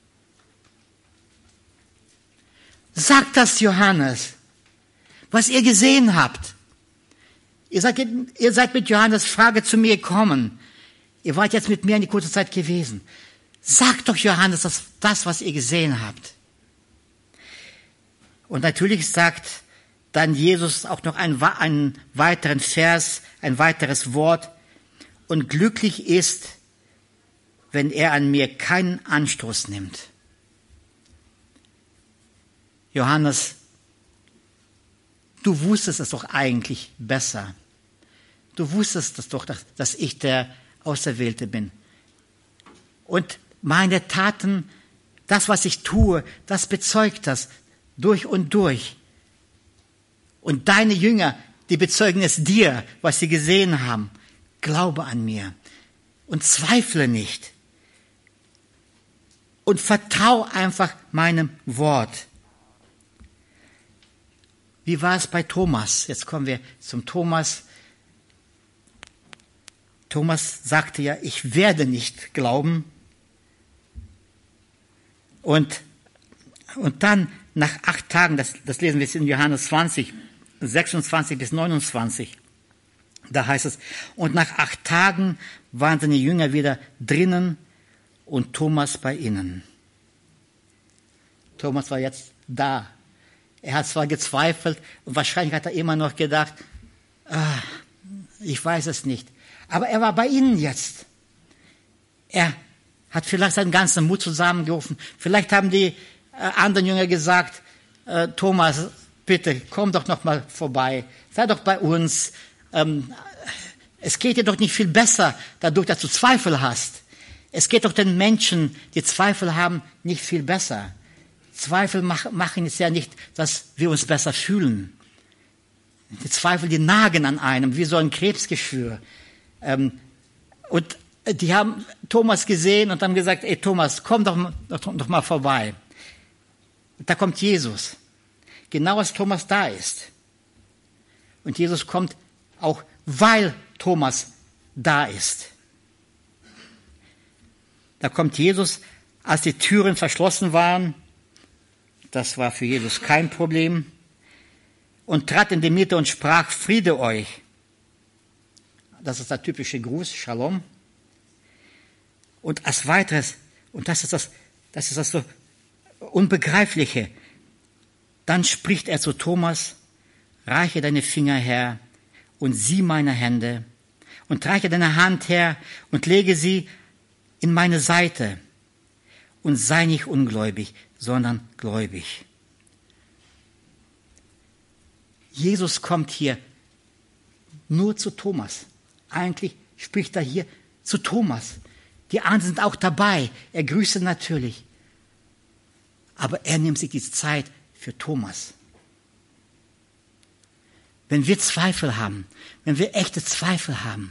Sagt das Johannes, was ihr gesehen habt. Ihr seid, ihr seid mit Johannes Frage zu mir gekommen. Ihr wart jetzt mit mir eine kurze Zeit gewesen. Sagt doch Johannes das, das, was ihr gesehen habt. Und natürlich sagt dann Jesus auch noch einen, einen weiteren Vers, ein weiteres Wort. Und glücklich ist, wenn er an mir keinen Anstoß nimmt. Johannes du wusstest es doch eigentlich besser. Du wusstest es doch, dass, dass ich der Auserwählte bin. Und meine Taten, das, was ich tue, das bezeugt das durch und durch. Und deine Jünger, die bezeugen es dir, was sie gesehen haben. Glaube an mir und zweifle nicht. Und vertrau einfach meinem Wort. Wie war es bei Thomas? Jetzt kommen wir zum Thomas. Thomas sagte ja, ich werde nicht glauben. Und, und dann nach acht Tagen, das, das lesen wir jetzt in Johannes zwanzig, sechsundzwanzig bis neunundzwanzig, da heißt es, und nach acht Tagen waren seine Jünger wieder drinnen und Thomas bei ihnen. Thomas war jetzt da. Er hat zwar gezweifelt und wahrscheinlich hat er immer noch gedacht, ah, ich weiß es nicht. Aber er war bei ihnen jetzt. Er hat vielleicht seinen ganzen Mut zusammengerufen. Vielleicht haben die äh, anderen Jünger gesagt, äh, Thomas, bitte, komm doch noch mal vorbei. Sei doch bei uns. Ähm, es geht dir doch nicht viel besser, dadurch, dass du Zweifel hast. Es geht doch den Menschen, die Zweifel haben, nicht viel besser. Zweifel mach, machen es ja nicht, dass wir uns besser fühlen. Die Zweifel, die nagen an einem, wie so ein Krebsgeschwür. Ähm, und die haben Thomas gesehen und haben gesagt, ey Thomas, komm doch, doch, doch mal vorbei. Und da kommt Jesus. Genau als Thomas da ist. Und Jesus kommt auch, weil Thomas da ist. Da kommt Jesus, als die Türen verschlossen waren. Das war für Jesus kein Problem. Und trat in die Mitte und sprach, Friede euch. Das ist der typische Gruß, Shalom. Und als weiteres, und das ist das, das ist das so Unbegreifliche, dann spricht er zu Thomas, reiche deine Finger her und sieh meine Hände und reiche deine Hand her und lege sie in meine Seite und sei nicht ungläubig, sondern gläubig. Jesus kommt hier nur zu Thomas. Eigentlich spricht er hier zu Thomas. Die anderen sind auch dabei. Er grüßt natürlich. Aber er nimmt sich die Zeit für Thomas. Wenn wir Zweifel haben, wenn wir echte Zweifel haben,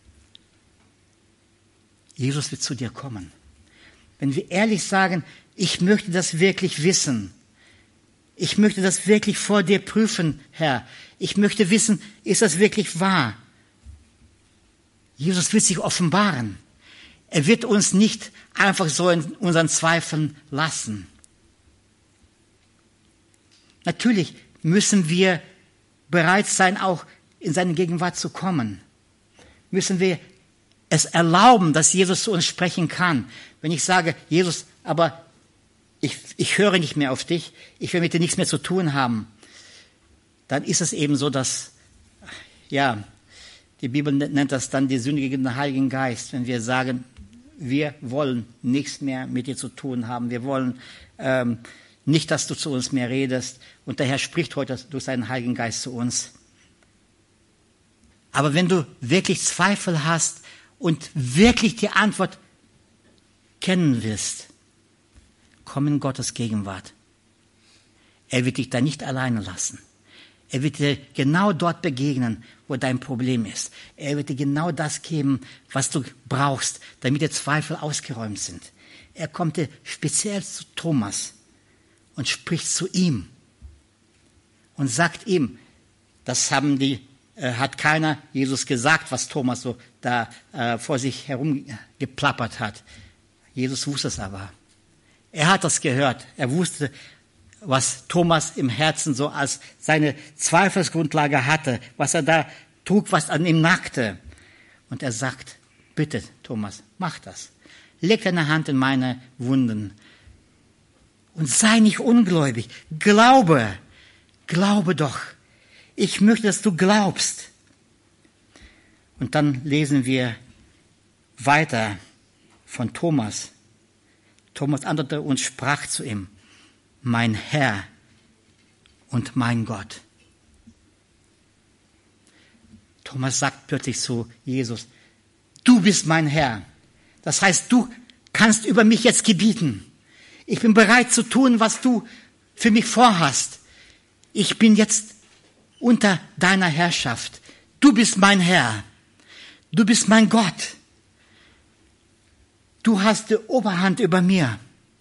Jesus wird zu dir kommen. Wenn wir ehrlich sagen, ich möchte das wirklich wissen. Ich möchte das wirklich vor dir prüfen, Herr. Ich möchte wissen, ist das wirklich wahr? Jesus wird sich offenbaren. Er wird uns nicht einfach so in unseren Zweifeln lassen. Natürlich müssen wir bereit sein, auch in seine Gegenwart zu kommen. Müssen wir es erlauben, dass Jesus zu uns sprechen kann. Wenn ich sage, Jesus, aber ich, ich höre nicht mehr auf dich, ich will mit dir nichts mehr zu tun haben, dann ist es eben so, dass, ja, die Bibel nennt das dann die Sünde gegen den Heiligen Geist, wenn wir sagen, wir wollen nichts mehr mit dir zu tun haben, wir wollen ähm, nicht, dass du zu uns mehr redest, und der Herr spricht heute durch seinen Heiligen Geist zu uns. Aber wenn du wirklich Zweifel hast und wirklich die Antwort kennen willst, komm in Gottes Gegenwart. Er wird dich da nicht alleine lassen. Er wird dir genau dort begegnen, wo dein Problem ist. Er wird dir genau das geben, was du brauchst, damit die Zweifel ausgeräumt sind. Er kommt dir speziell zu Thomas und spricht zu ihm und sagt ihm, das haben die, äh, hat keiner Jesus gesagt, was Thomas so da äh, vor sich herumgeplappert hat. Jesus wusste es aber. Er hat das gehört. Er wusste, was Thomas im Herzen so als seine Zweifelsgrundlage hatte, was er da trug, was an ihm nagte. Und er sagt, bitte Thomas, mach das. Leg deine Hand in meine Wunden und sei nicht ungläubig. Glaube, glaube doch. Ich möchte, dass du glaubst. Und dann lesen wir weiter von Thomas. Thomas antwortete und sprach zu ihm, mein Herr und mein Gott. Thomas sagt plötzlich zu Jesus, du bist mein Herr. Das heißt, du kannst über mich jetzt gebieten. Ich bin bereit zu tun, was du für mich vorhast. Ich bin jetzt unter deiner Herrschaft. Du bist mein Herr. Du bist mein Gott. Du hast die Oberhand über mir.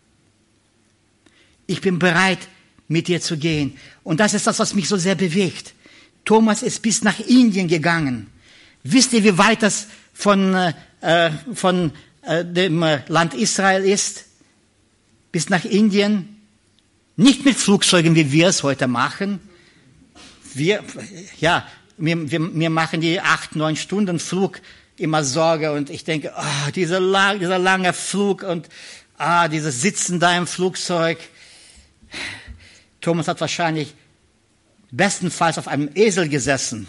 Ich bin bereit, mit dir zu gehen. Und das ist das, was mich so sehr bewegt. Thomas ist bis nach Indien gegangen. Wisst ihr, wie weit das von, äh, von äh, dem Land Israel ist? Bis nach Indien? Nicht mit Flugzeugen, wie wir es heute machen. Wir, ja, wir, wir, wir machen die acht, neun Stunden Flug immer Sorge und ich denke, oh, dieser, lang, dieser lange Flug und ah, dieses Sitzen da im Flugzeug. Thomas hat wahrscheinlich bestenfalls auf einem Esel gesessen.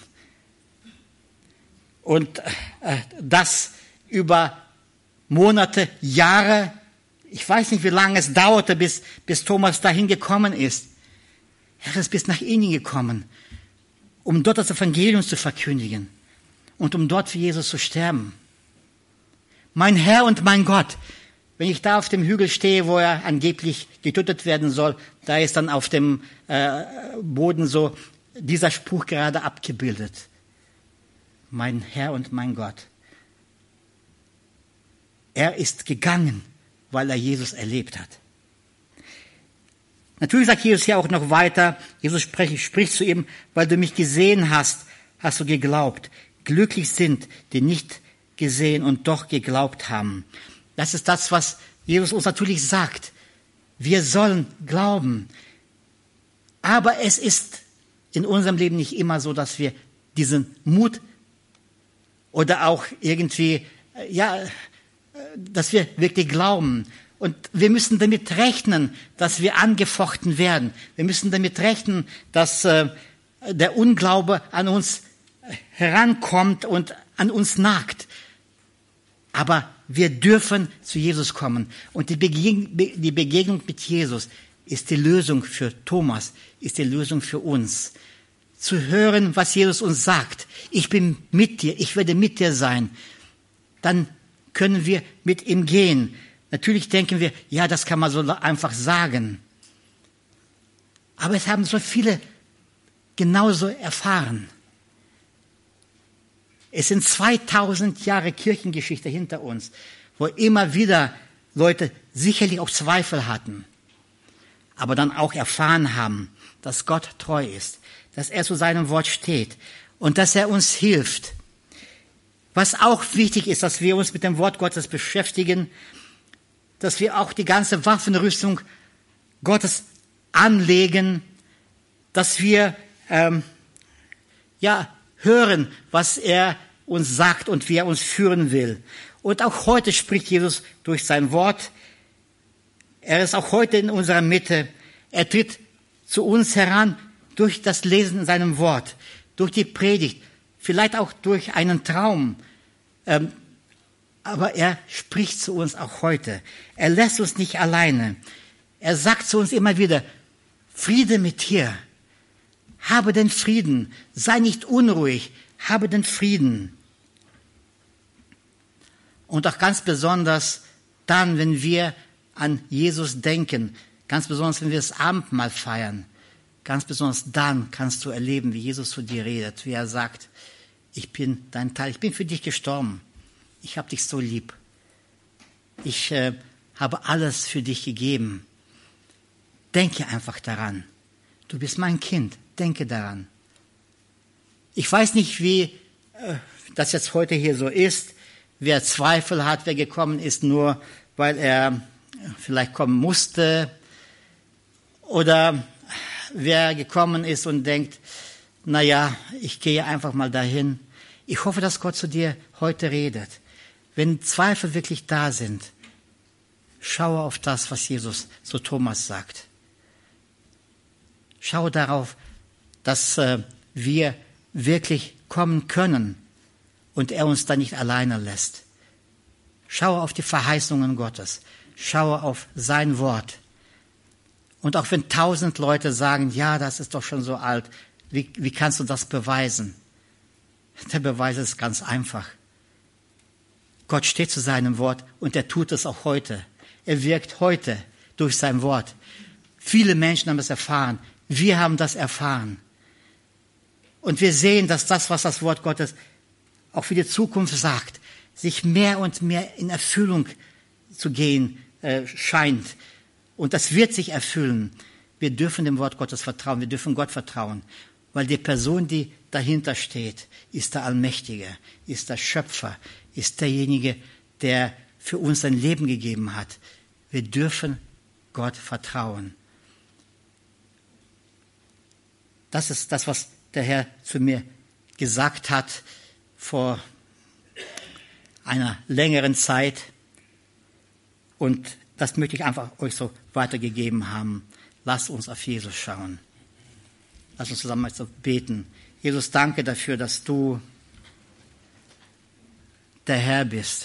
Und äh, das über Monate, Jahre. Ich weiß nicht, wie lange es dauerte, bis, bis Thomas dahin gekommen ist. Er ist bis nach Indien gekommen, um dort das Evangelium zu verkündigen und um dort für Jesus zu sterben. Mein Herr und mein Gott. Wenn ich da auf dem Hügel stehe, wo er angeblich getötet werden soll, da ist dann auf dem äh, Boden so dieser Spruch gerade abgebildet. Mein Herr und mein Gott. Er ist gegangen, weil er Jesus erlebt hat. Natürlich sagt Jesus hier auch noch weiter, Jesus spricht, spricht zu ihm, weil du mich gesehen hast, hast du geglaubt. Glücklich sind, die nicht gesehen und doch geglaubt haben. Das ist das, was Jesus uns natürlich sagt. Wir sollen glauben. Aber es ist in unserem Leben nicht immer so, dass wir diesen Mut oder auch irgendwie, ja, dass wir wirklich glauben. Und wir müssen damit rechnen, dass wir angefochten werden. Wir müssen damit rechnen, dass äh, der Unglaube an uns herankommt und an uns nagt. Aber wir dürfen zu Jesus kommen. Und die Begegnung, die Begegnung mit Jesus ist die Lösung für Thomas, ist die Lösung für uns. Zu hören, was Jesus uns sagt. Ich bin mit dir, ich werde mit dir sein. Dann können wir mit ihm gehen. Natürlich denken wir, ja, das kann man so einfach sagen. Aber es haben so viele genauso erfahren. Es sind zweitausend Jahre Kirchengeschichte hinter uns, wo immer wieder Leute sicherlich auch Zweifel hatten, aber dann auch erfahren haben, dass Gott treu ist, dass er zu seinem Wort steht und dass er uns hilft. Was auch wichtig ist, dass wir uns mit dem Wort Gottes beschäftigen, dass wir auch die ganze Waffenrüstung Gottes anlegen, dass wir ähm, ja hören, was er uns sagt und wie er uns führen will. Und auch heute spricht Jesus durch sein Wort. Er ist auch heute in unserer Mitte. Er tritt zu uns heran durch das Lesen in seinem Wort, durch die Predigt, vielleicht auch durch einen Traum. Ähm, aber er spricht zu uns auch heute. Er lässt uns nicht alleine. Er sagt zu uns immer wieder, Friede mit dir. Habe den Frieden. Sei nicht unruhig. Habe den Frieden. Und auch ganz besonders dann, wenn wir an Jesus denken, ganz besonders, wenn wir das Abendmahl feiern, ganz besonders dann kannst du erleben, wie Jesus zu dir redet, wie er sagt, ich bin dein Teil, ich bin für dich gestorben. Ich habe dich so lieb. Ich äh, habe alles für dich gegeben. Denke einfach daran. Du bist mein Kind. Denke daran. Ich weiß nicht, wie äh, das jetzt heute hier so ist. Wer Zweifel hat, wer gekommen ist, nur weil er vielleicht kommen musste. Oder wer gekommen ist und denkt, na ja, ich gehe einfach mal dahin. Ich hoffe, dass Gott zu dir heute redet. Wenn Zweifel wirklich da sind, schaue auf das, was Jesus zu Thomas sagt. Schaue darauf, dass äh, wir wirklich kommen können und er uns da nicht alleine lässt. Schaue auf die Verheißungen Gottes. Schaue auf sein Wort. Und auch wenn tausend Leute sagen, ja, das ist doch schon so alt, wie, wie kannst du das beweisen? Der Beweis ist ganz einfach. Gott steht zu seinem Wort und er tut es auch heute. Er wirkt heute durch sein Wort. Viele Menschen haben es erfahren. Wir haben das erfahren. Und wir sehen, dass das, was das Wort Gottes auch für die Zukunft sagt, sich mehr und mehr in Erfüllung zu gehen äh, scheint. Und das wird sich erfüllen. Wir dürfen dem Wort Gottes vertrauen. Wir dürfen Gott vertrauen. Weil die Person, die dahinter steht, ist der Allmächtige, ist der Schöpfer, ist derjenige, der für uns sein Leben gegeben hat. Wir dürfen Gott vertrauen. Das ist das, was der Herr zu mir gesagt hat vor einer längeren Zeit. Und das möchte ich einfach euch so weitergegeben haben. Lasst uns auf Jesus schauen. Lass uns zusammen so beten. Jesus, danke dafür, dass du der Herr bist.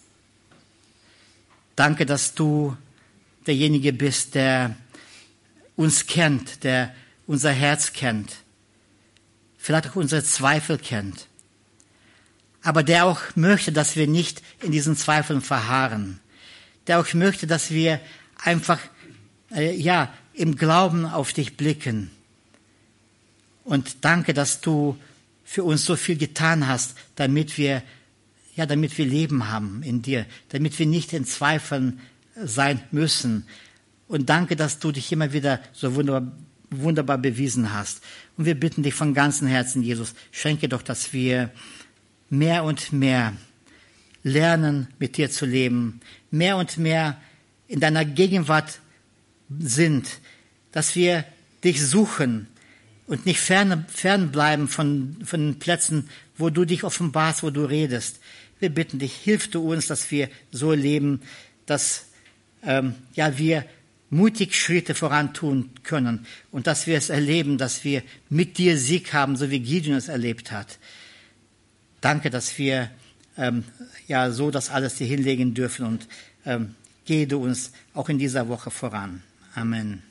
Danke, dass du derjenige bist, der uns kennt, der unser Herz kennt, vielleicht auch unsere Zweifel kennt, aber der auch möchte, dass wir nicht in diesen Zweifeln verharren, der auch möchte, dass wir einfach äh, ja im Glauben auf dich blicken. Und danke, dass du für uns so viel getan hast, damit wir, ja, damit wir Leben haben in dir, damit wir nicht in Zweifeln sein müssen. Und danke, dass du dich immer wieder so wunderbar, wunderbar bewiesen hast. Und wir bitten dich von ganzem Herzen, Jesus, schenke doch, dass wir mehr und mehr lernen, mit dir zu leben, mehr und mehr in deiner Gegenwart sind, dass wir dich suchen, und nicht fern, fern bleiben von, von den Plätzen, wo du dich offenbarst, wo du redest. Wir bitten dich, hilf du uns, dass wir so leben, dass ähm, ja wir mutig Schritte voran tun können und dass wir es erleben, dass wir mit dir Sieg haben, so wie Gideon es erlebt hat. Danke, dass wir ähm, ja so das alles dir hinlegen dürfen und ähm, gehe du uns auch in dieser Woche voran. Amen.